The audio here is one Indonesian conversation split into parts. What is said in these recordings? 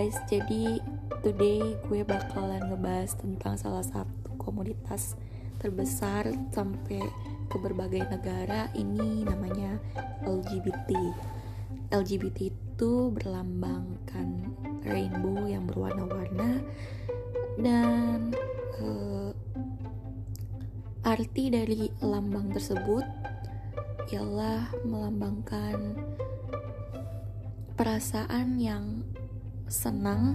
guys, jadi today gue bakalan ngebahas tentang salah satu komunitas terbesar sampai ke berbagai negara. Ini namanya LGBT. LGBT itu berlambangkan rainbow yang berwarna-warna, dan arti dari lambang tersebut ialah melambangkan perasaan yang senang,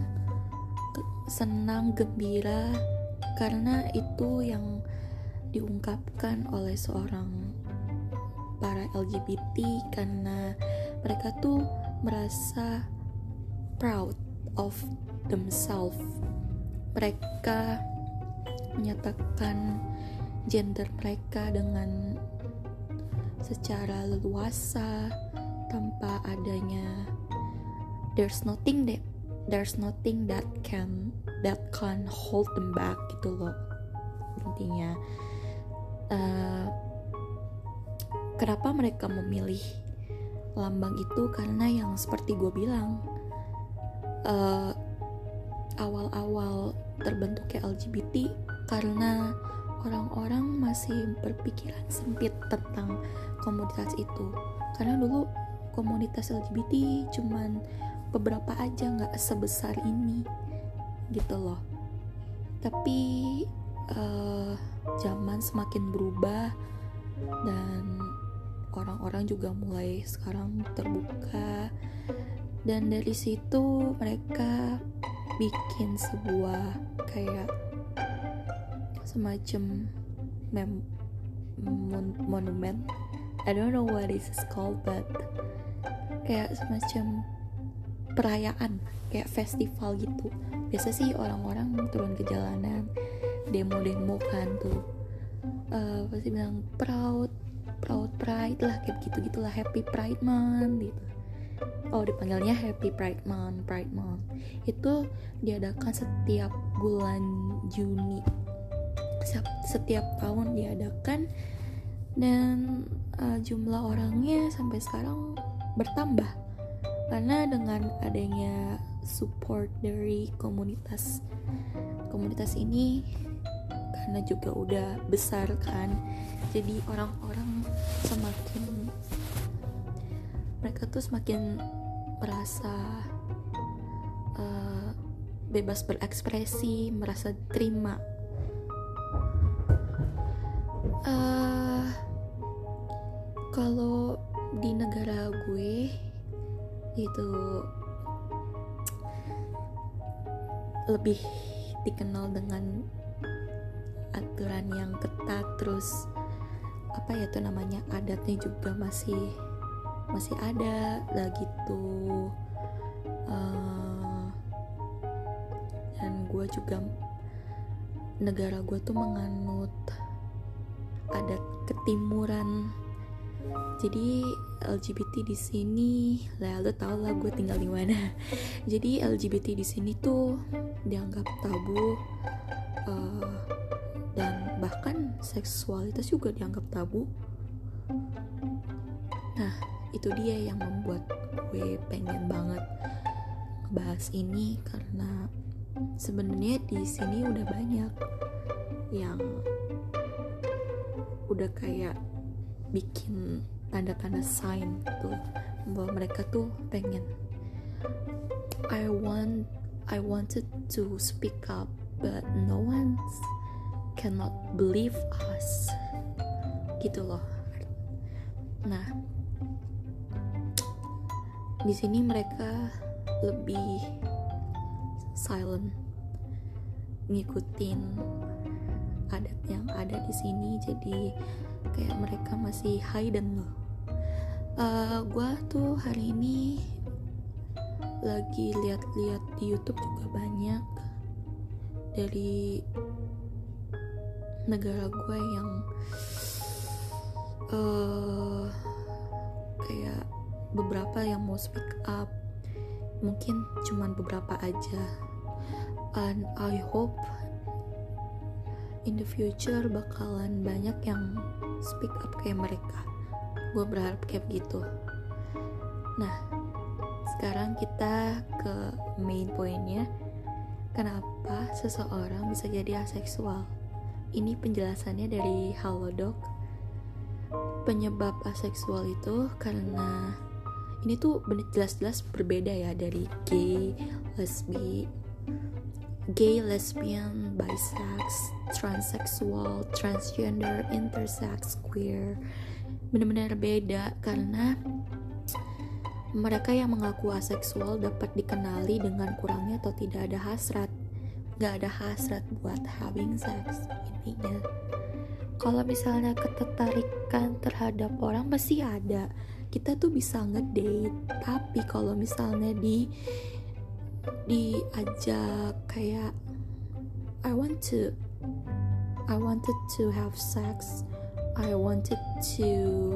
gembira, karena itu yang diungkapkan oleh seorang para LGBT, karena mereka tuh merasa proud of themselves. Mereka menyatakan gender mereka dengan secara leluasa tanpa adanya there's nothing that can hold them back gitu loh intinya. Kenapa mereka memilih lambang itu? Karena yang seperti gue bilang, awal-awal terbentuknya LGBT karena orang-orang masih berpikiran sempit tentang komunitas itu. Karena dulu komunitas LGBT cuman beberapa aja, nggak sebesar ini gitu loh. Tapi zaman semakin berubah dan orang-orang juga mulai sekarang terbuka, dan dari situ mereka bikin sebuah kayak semacam monumen. I don't know what this is called, but kayak semacam perayaan, kayak festival gitu. Biasa sih orang-orang turun ke jalanan, demo-demo kan tuh, pasti bilang proud pride lah, kayak gitu-gitulah, happy pride month gitu. Dipanggilnya happy pride month. Itu diadakan setiap bulan Juni, setiap tahun diadakan, dan jumlah orangnya sampai sekarang bertambah karena dengan adanya support dari komunitas ini, karena juga udah besar kan, jadi orang-orang mereka tuh semakin merasa bebas berekspresi, merasa terima. Kalau di negara gue itu lebih dikenal dengan aturan yang ketat, terus adatnya juga masih ada lah gitu. Dan gue juga, negara gue tuh menganut adat ketimuran. Jadi LGBT di sini, lo tau lah gue tinggal di mana. Jadi LGBT di sini tuh dianggap tabu, dan bahkan seksualitas juga dianggap tabu. Nah, itu dia yang membuat gue pengen banget ngebahas ini, karena sebenarnya di sini udah banyak yang udah kayak bikin tanda-tanda sign gitu bahwa mereka tuh pengen, I wanted to speak up but no one cannot believe us gitu loh. Nah, di sini mereka lebih silent, ngikutin adat yang ada di sini, jadi kayak mereka masih hidden loh. Gue tuh hari ini lagi lihat-lihat di YouTube juga banyak dari negara gue yang kayak beberapa yang mau speak up, mungkin cuman beberapa aja, and I hope in the future bakalan banyak yang speak up kayak mereka. Gue berharap kayak begitu. Nah, sekarang kita ke main poinnya. Kenapa seseorang bisa jadi aseksual? Ini penjelasannya dari Halodoc. Penyebab aseksual itu karena ini tuh jelas-jelas berbeda ya dari gay, lesbian, bisex, transseksual, transgender, intersex, queer. Benar-benar beda karena mereka yang mengaku aseksual dapat dikenali dengan kurangnya atau tidak ada hasrat. Gak ada hasrat buat having sex. Intinya kalau misalnya ketertarikan terhadap orang pasti ada. Kita tuh bisa ngedate. Tapi kalau misalnya diajak kayak I wanted to have sex, I wanted to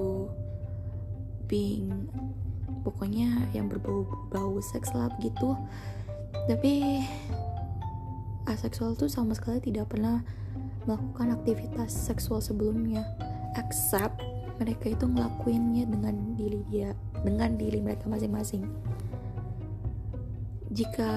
being, pokoknya yang berbau seks lah gitu. Tapi aseksual tuh sama sekali tidak pernah melakukan aktivitas seksual sebelumnya, except mereka itu ngelakuinnya dengan diri mereka masing-masing. Jika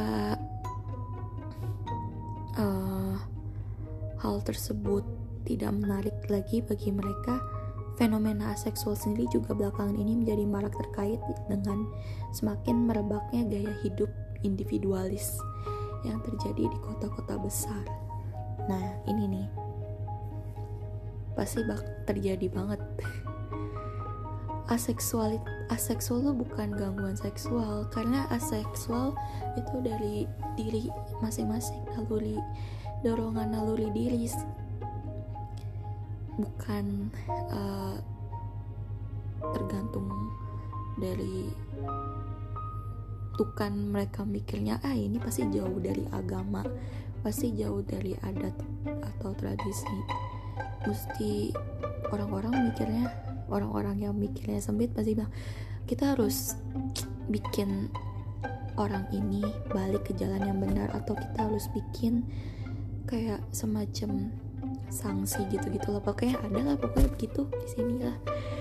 hal tersebut tidak menarik lagi bagi mereka, fenomena aseksual sendiri juga belakangan ini menjadi marak terkait dengan semakin merebaknya gaya hidup individualis yang terjadi di kota-kota besar. Nah, ini nih pasti terjadi banget. Aseksual itu bukan gangguan seksual, karena aseksual itu dari diri masing-masing, dorongan naluri diri, bukan tergantung dari bukan mereka mikirnya ini pasti jauh dari agama, pasti jauh dari adat atau tradisi. Mesti orang-orang yang mikirnya sempit pasti bilang kita harus bikin orang ini balik ke jalan yang benar, atau kita harus bikin kayak semacam sanksi gitu lah, pokoknya begitu di sini lah.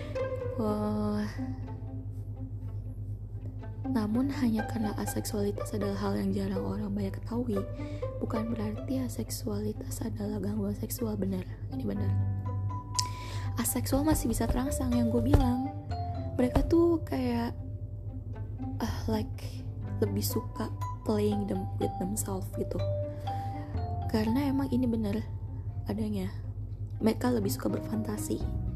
Namun hanya karena aseksualitas adalah hal yang jarang orang banyak ketahui, bukan berarti aseksualitas adalah gangguan seksual. Benar, ini benar. Aseksual masih bisa terangsang, yang gue bilang. Mereka tuh kayak lebih suka playing with themselves gitu. Karena emang ini benar adanya. Mereka lebih suka berfantasi.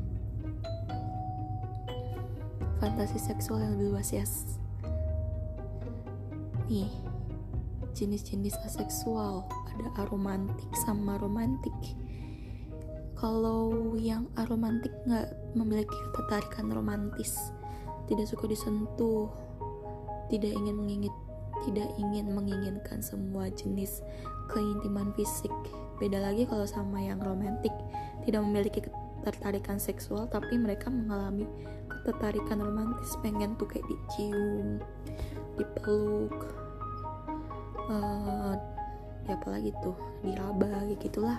Fantasi seksual yang lebih luas, yes. Nih, jenis-jenis aseksual ada aromantik sama romantik. Kalau yang aromantik nggak memiliki ketertarikan romantis, tidak suka disentuh, tidak ingin menginginkan semua jenis keintiman fisik. Beda lagi kalau sama yang romantik, tidak memiliki ketertarikan seksual tapi mereka mengalami ketertarikan romantis, pengen tuh kayak dicium, dipeluk, apalagi tuh diraba gitulah.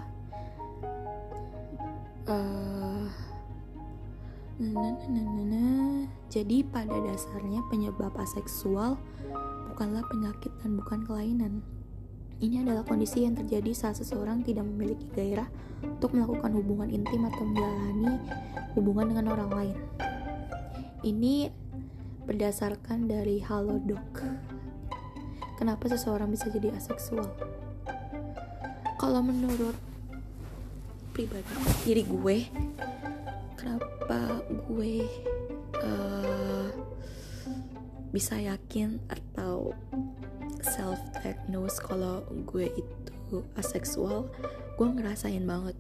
Jadi pada dasarnya penyebab aseksual bukanlah penyakit dan bukan kelainan. Ini adalah kondisi yang terjadi saat seseorang tidak memiliki gairah untuk melakukan hubungan intim atau menjalani hubungan dengan orang lain. Ini berdasarkan dari Halodoc. Kenapa seseorang bisa jadi aseksual? Kalau menurut pribadi diri gue, kenapa gue bisa yakin atau self-diagnose kalau gue itu aseksual, gue ngerasain banget.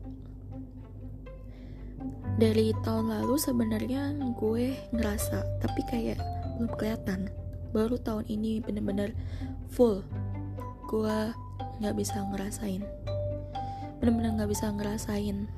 Dari tahun lalu sebenarnya gue ngerasa, tapi kayak belum kelihatan. Baru tahun ini bener-bener full gue gak bisa ngerasain, bener-bener gak bisa ngerasain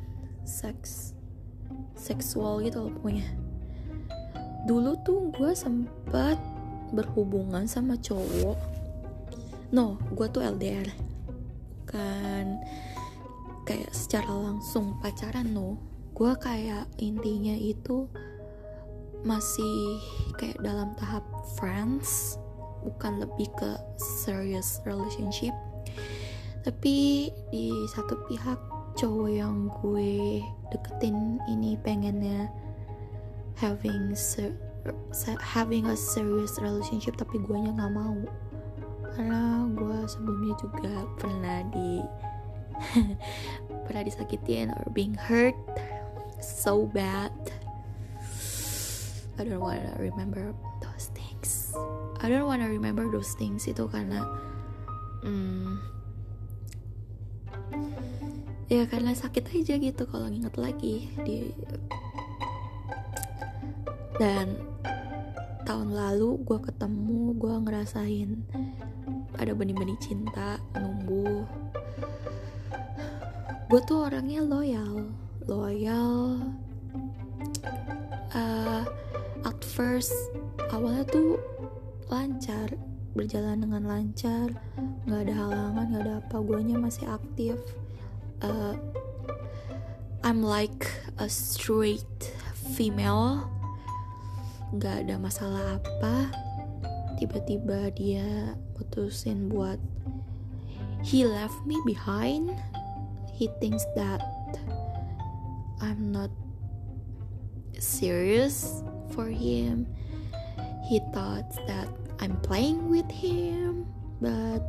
seksual gitu loh pokoknya. Dulu tuh gue sempat berhubungan sama cowok. Gue tuh LDR, bukan kayak secara langsung pacaran. Gue kayak intinya itu masih kayak dalam tahap friends, bukan lebih ke serious relationship, tapi di satu pihak cowok yang gue deketin ini pengennya having a serious relationship, tapi guanya nggak mau karena gue sebelumnya juga pernah disakitin or being hurt so bad. I don't wanna remember those things itu karena ya karena sakit aja gitu kalau nginget lagi dan tahun lalu gue ketemu, gue ngerasain ada benih-benih cinta numbuh. Gue tuh orangnya loyal. At first awalnya tuh lancar, berjalan dengan lancar, nggak ada halangan, nggak ada apa, guanya masih aktif. I'm like a straight female, nggak ada masalah apa. Tiba-tiba dia putusin buat he left me behind. He thinks that I'm not serious for him. He thought that I'm playing with him, but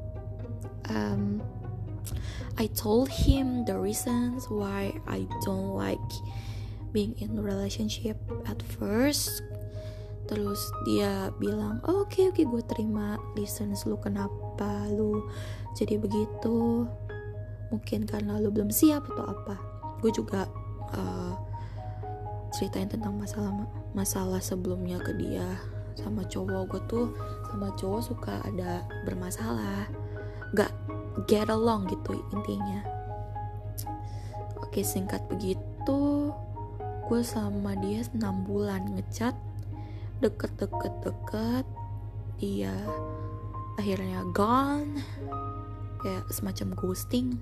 I told him the reasons why I don't like being in a relationship at first. Terus dia bilang, oke, gue terima reasons lu kenapa lu jadi begitu. Mungkin karena lu belum siap atau apa. Gue juga ceritain tentang masalah sebelumnya ke dia sama cowok. Gue tuh sama cowok suka ada bermasalah, gak get along gitu intinya. Oke, singkat begitu, gue sama dia 6 bulan ngechat, deket, dia akhirnya gone, kayak semacam ghosting.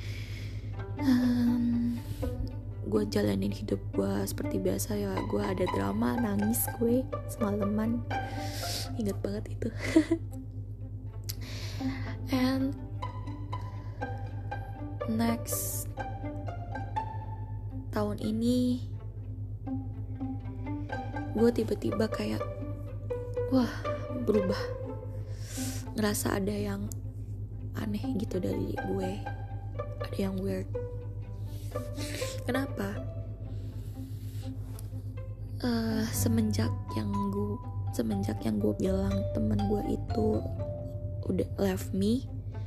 Gue jalanin hidup gue seperti biasa ya. Gue ada drama, nangis gue semalaman, inget banget itu. And next tahun ini gue tiba-tiba kayak berubah, ngerasa ada yang aneh gitu dari gue, ada yang weird. Kenapa? Semenjak yang gue bilang teman gue itu udah left me,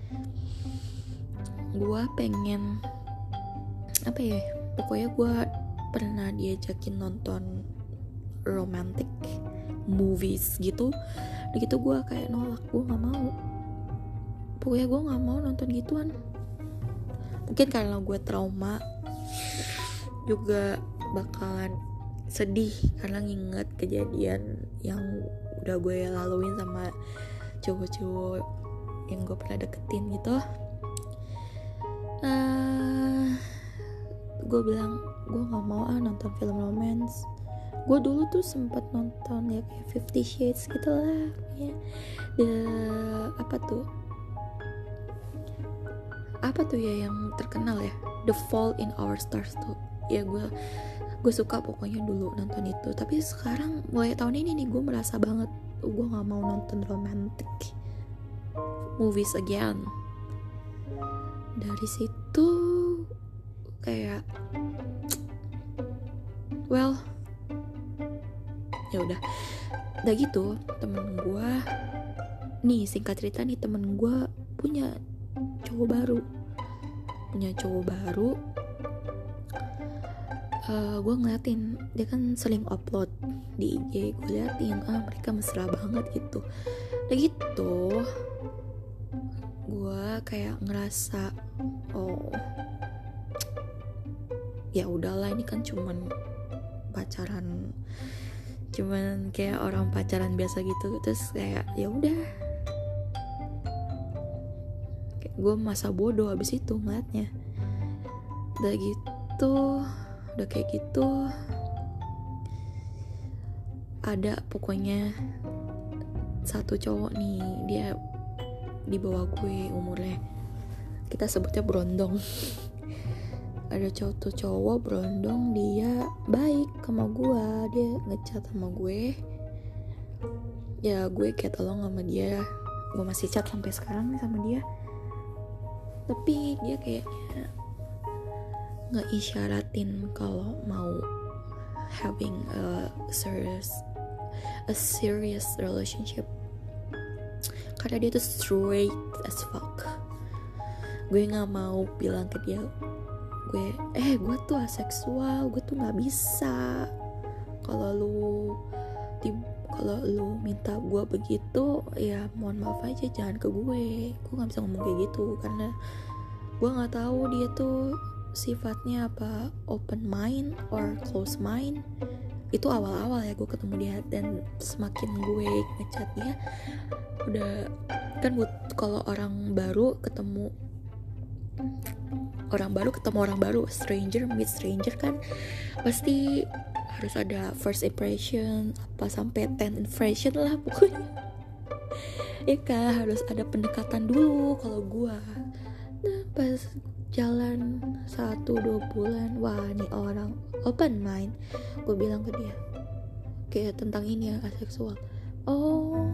gue pengen pokoknya gue pernah diajakin nonton romantic movies gitu, begitu gue kayak nolak, gue nggak mau, pokoknya gue nggak mau nonton gituan. Mungkin karena gue trauma, juga bakalan sedih karena nginget kejadian yang udah gue laluin sama cowok-cowok yang gue pernah deketin gitu. Gue bilang gue nggak mau nonton film romance. Gue dulu tuh sempat nonton ya kayak 50 Shades gitu lah ya. Apa tuh ya yang terkenal ya, The Fault in Our Stars tuh ya. Gue suka pokoknya dulu nonton itu. Tapi sekarang mulai tahun ini nih gue merasa banget gue nggak mau nonton romantic movies again. Dari situ kayak ya udah gitu. Temen gue nih, singkat cerita nih, temen gue punya cowok baru. Gue ngeliatin dia kan sering upload di IG, gue liatin mereka mesra banget gitu. Udah gitu gue kayak ngerasa ya udahlah, ini kan cuman kayak orang pacaran biasa gitu. Terus kayak ya udah, gue masa bodoh abis itu ngeliatnya. Udah kayak gitu ada pokoknya satu cowok nih, dia di bawah gue umurnya, kita sebutnya berondong. Ada cowok berondong, dia baik sama gue, dia ngechat sama gue, ya gue kayak tolong sama dia, gue masih chat sampai sekarang nih sama dia. Tapi dia kayaknya ngeisyaratin kalau mau having a serious relationship, karena dia tuh straight as fuck. Gue nggak mau bilang ke dia, gue tuh aseksual, gue tuh nggak bisa. Kalau lu minta gue begitu, ya mohon maaf aja, jangan ke gue nggak bisa ngomong kayak gitu, karena gue nggak tahu dia tuh sifatnya apa, open mind or close mind. Itu awal-awal ya gue ketemu dia, dan semakin gue ngechat dia, udah kan kalau orang baru ketemu orang baru, stranger meet stranger kan pasti harus ada first impression apa sampai 10 impression lah pokoknya. Ya kan, harus ada pendekatan dulu kalau gue. Nah pas jalan 1-2 bulan, wah nih orang open mind. Gue bilang ke dia kayak tentang ini ya, aseksual. Oh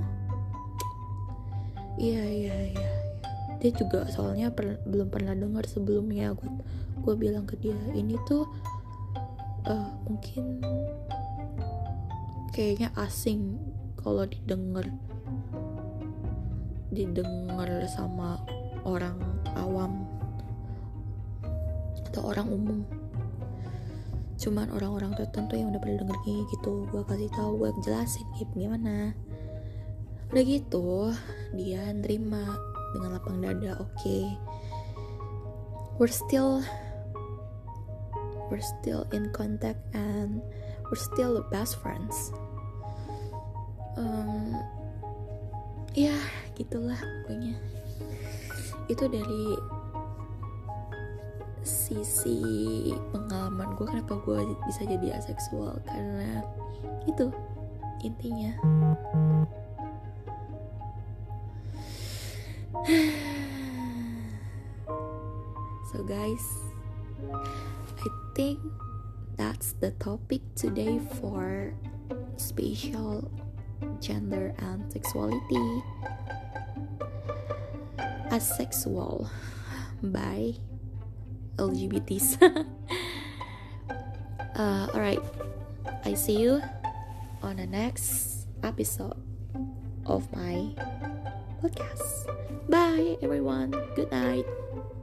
iya, dia juga soalnya belum pernah dengar sebelumnya. Gue bilang ke dia, ini tuh mungkin kayaknya asing kalau didengar sama orang awam atau orang umum. Cuman orang-orang tertentu yang udah pernah denger kayak gitu, gue kasih tahu, gue jelasin kayak gimana. Udah gitu dia nerima dengan lapang dada. Okay. We're still in contact and we're still best friends. Ya gitulah pokoknya. Itu dari sisi pengalaman gue kenapa gue bisa jadi aseksual, karena itu intinya. So guys, I think that's the topic today for spatial gender and sexuality. Asexual by LGBTs. Alright, I see you on the next episode of my podcast. Bye everyone, good night.